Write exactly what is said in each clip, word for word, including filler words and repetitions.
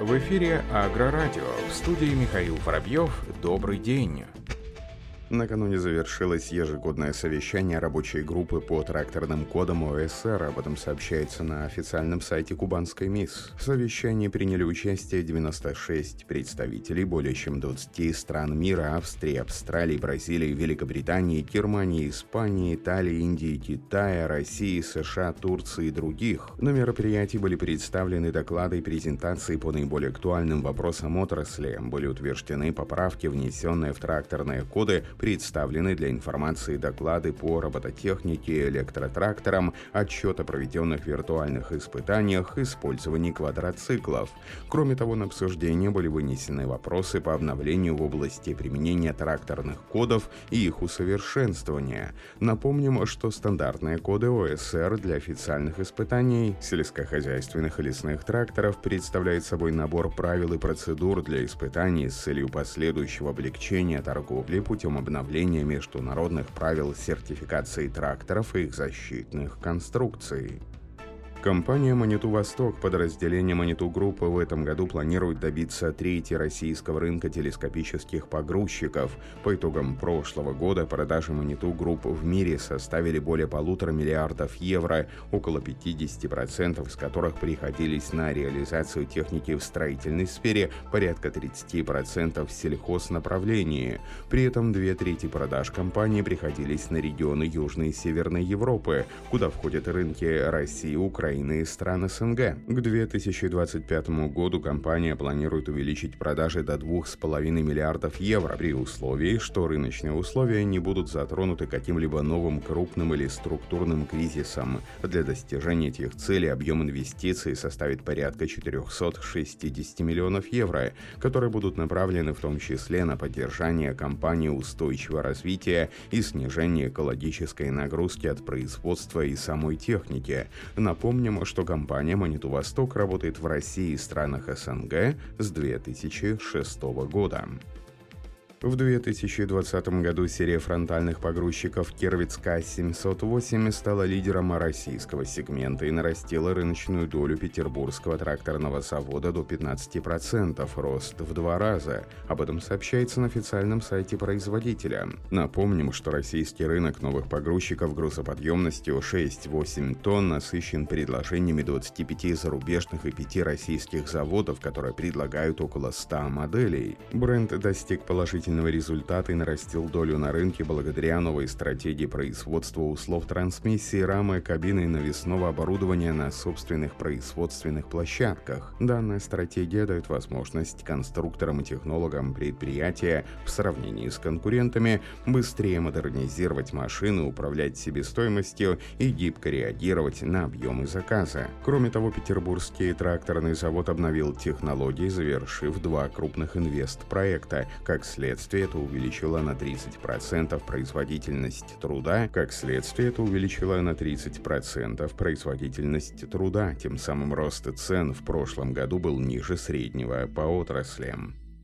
В эфире Агрорадио. В студии Михаил Воробьев. Добрый день. Накануне завершилось ежегодное совещание рабочей группы по тракторным кодам ОСР. Об этом сообщается на официальном сайте Кубанской МИС. В совещании приняли участие девяносто шесть представителей более чем двадцати стран мира: Австрии, Австралии, Бразилии, Великобритании, Германии, Испании, Италии, Индии, Китая, России, США, Турции и других. На мероприятии были представлены доклады и презентации по наиболее актуальным вопросам отрасли. Были утверждены поправки, внесенные в тракторные коды, представлены для информации доклады по робототехнике, электротракторам, отчет о проведенных виртуальных испытаниях, использовании квадроциклов. Кроме того, на обсуждение были вынесены вопросы по обновлению в области применения тракторных кодов и их усовершенствования. Напомним, что стандартные коды ОСР для официальных испытаний сельскохозяйственных и лесных тракторов представляют собой набор правил и процедур для испытаний с целью последующего облегчения торговли путем обновления международных правил сертификации тракторов и их защитных конструкций. Компания «Маниту Восток», подразделение «Маниту Группы», в этом году планирует добиться трети российского рынка телескопических погрузчиков. По итогам прошлого года продажи «Маниту Групп» в мире составили более полутора миллиардов евро, около пятьдесят процентов из которых приходились на реализацию техники в строительной сфере, порядка тридцать процентов в сельхознаправлении. При этом две трети продаж компании приходились на регионы Южной и Северной Европы, куда входят рынки России, Украины и стран СНГ. К две тысячи двадцать пятому году компания планирует увеличить продажи до двух с половиной миллиардов евро при условии, что рыночные условия не будут затронуты каким-либо новым крупным или структурным кризисом. Для достижения этих целей объем инвестиций составит порядка четыреста шестьдесят миллионов евро, которые будут направлены в том числе на поддержание компании устойчивого развития и снижение экологической нагрузки от производства и самой техники. Напомним, что компания «Маниту Восток» работает в России и странах СНГ с две тысячи шестого года. В две тысячи двадцатом году серия фронтальных погрузчиков Кервиц К семьсот восемь стала лидером российского сегмента и нарастила рыночную долю петербургского тракторного завода до пятнадцати процентов, рост в два раза. Об этом сообщается на официальном сайте производителя. Напомним, что российский рынок новых погрузчиков грузоподъемностью шесть-восемь тонн насыщен предложениями двадцати пяти зарубежных и пяти российских заводов, которые предлагают около ста моделей. Бренд достиг положительного результата и нарастил долю на рынке благодаря новой стратегии производства узлов трансмиссии, рамы, кабины и навесного оборудования на собственных производственных площадках. Данная стратегия дает возможность конструкторам и технологам предприятия в сравнении с конкурентами быстрее модернизировать машины, управлять себестоимостью и гибко реагировать на объемы заказа. Кроме того, Петербургский тракторный завод обновил технологии, завершив два крупных инвест-проекта. Как следствие, это увеличило на тридцать процентов производительность труда, как следствие это увеличило на тридцать процентов производительность труда, тем самым рост цен в прошлом году был ниже среднего по отрасли.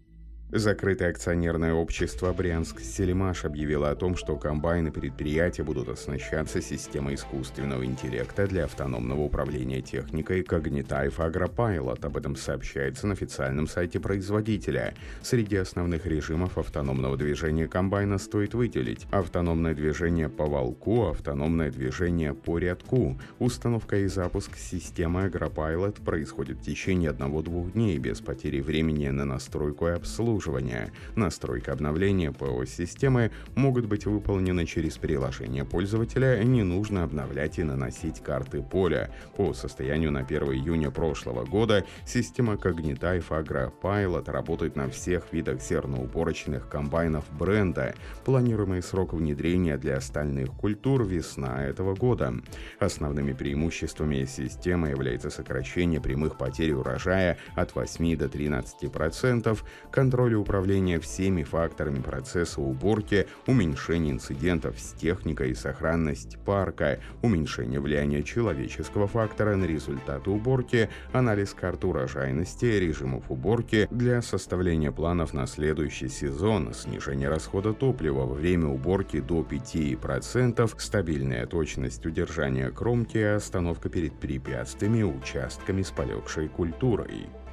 Закрытое акционерное общество «Брянск-Сельмаш» объявило о том, что комбайны предприятия будут оснащаться системой искусственного интеллекта для автономного управления техникой Cognitive AgroPilot. Об этом сообщается на официальном сайте производителя. Среди основных режимов автономного движения комбайна стоит выделить автономное движение по волку, автономное движение по рядку. Установка и запуск системы AgroPilot происходит в течение одного-двух дней без потери времени на настройку и обслуживание. Настройка обновления ПО-системы могут быть выполнены через приложение пользователя, не нужно обновлять и наносить карты поля. По состоянию на первое июня прошлого года система Cognitive AgroPilot работает на всех видах зерноуборочных комбайнов бренда. Планируемый срок внедрения для остальных культур — весна этого года. Основными преимуществами системы является сокращение прямых потерь урожая от восьми до тринадцати процентов, контроль управления всеми факторами процесса уборки, уменьшение инцидентов с техникой и сохранность парка, уменьшение влияния человеческого фактора на результаты уборки, анализ карт урожайности, режимов уборки для составления планов на следующий сезон, снижение расхода топлива во время уборки до пяти процентов, стабильная точность удержания кромки, остановка перед препятствиями и участками с полегшей культурой.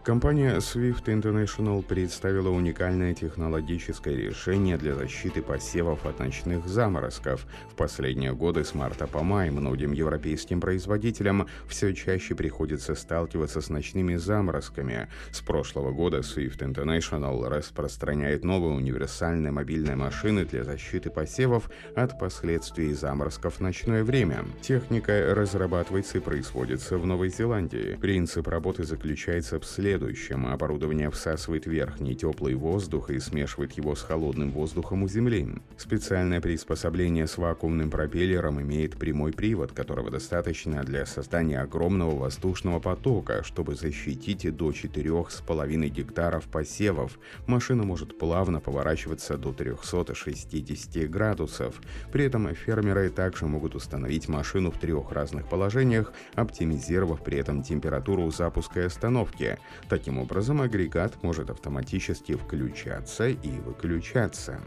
Компания Swift International представила уникальное технологическое решение для защиты посевов от ночных заморозков. В последние годы с марта по май многим европейским производителям все чаще приходится сталкиваться с ночными заморозками. С прошлого года Swift International распространяет новые универсальные мобильные машины для защиты посевов от последствий заморозков в ночное время. Техника разрабатывается и производится в Новой Зеландии. Принцип работы заключается в следующем. Оборудование всасывает верхний теплый воздух и смешивает его с холодным воздухом у Земли. Специальное приспособление с вакуумным пропеллером имеет прямой привод, которого достаточно для создания огромного воздушного потока, чтобы защитить до четырёх с половиной гектаров посевов. Машина может плавно поворачиваться до трёхсот шестидесяти градусов. При этом фермеры также могут установить машину в трех разных положениях, оптимизировав при этом температуру запуска и остановки. Таким образом, агрегат может автоматически включаться и выключаться.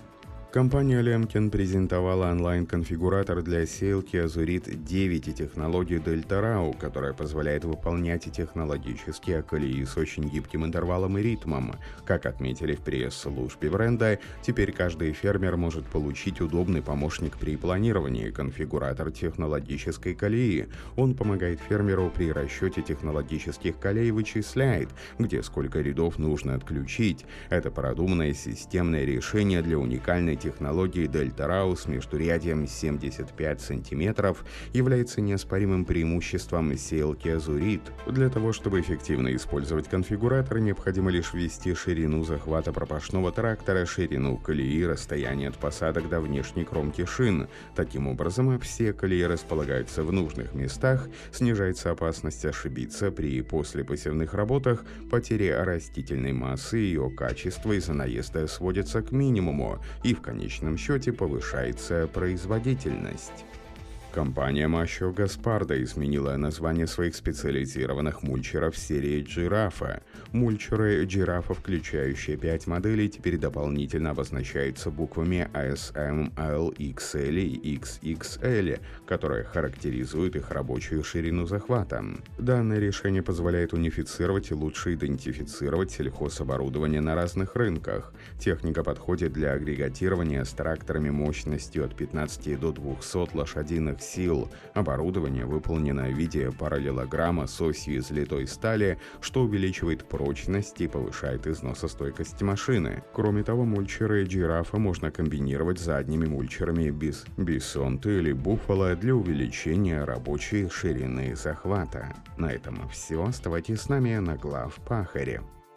Компания Lemken презентовала онлайн-конфигуратор для сеялки Azurit девять и технологию Delta-Raw, которая позволяет выполнять технологические колеи с очень гибким интервалом и ритмом. Как отметили в пресс-службе бренда, теперь каждый фермер может получить удобный помощник при планировании — конфигуратор технологической колеи. Он помогает фермеру при расчете технологических колей и вычисляет, где сколько рядов нужно отключить. Это продуманное системное решение для уникальной технологии Delta-Raw с междурядием семьдесят пять сантиметров является неоспоримым преимуществом сеялки Azurit. Для того, чтобы эффективно использовать конфигуратор, необходимо лишь ввести ширину захвата пропашного трактора, ширину колеи, расстояние от посадок до внешней кромки шин. Таким образом, все колеи располагаются в нужных местах, снижается опасность ошибиться при послепосевных работах, потеря растительной массы и ее качество из-за наезда сводится к минимуму, и в В конечном счете повышается производительность. Компания Macho Gaspardo изменила название своих специализированных мульчеров серии Жирафа. Мульчеры Жирафа, включающие пять моделей, теперь дополнительно обозначаются буквами эс эм, эл, икс эл и икс икс эл, которые характеризуют их рабочую ширину захвата. Данное решение позволяет унифицировать и лучше идентифицировать сельхозоборудование на разных рынках. Техника подходит для агрегатирования с тракторами мощностью от пятнадцати до двухсот лошадиных сил. Оборудование выполнено в виде параллелограмма с осью из литой стали, что увеличивает прочность и повышает износостойкость машины. Кроме того, мульчеры Жирафа можно комбинировать с задними мульчерами без Бисонта или Буффало для увеличения рабочей ширины захвата. На этом все. Оставайтесь с нами на Главпахаре.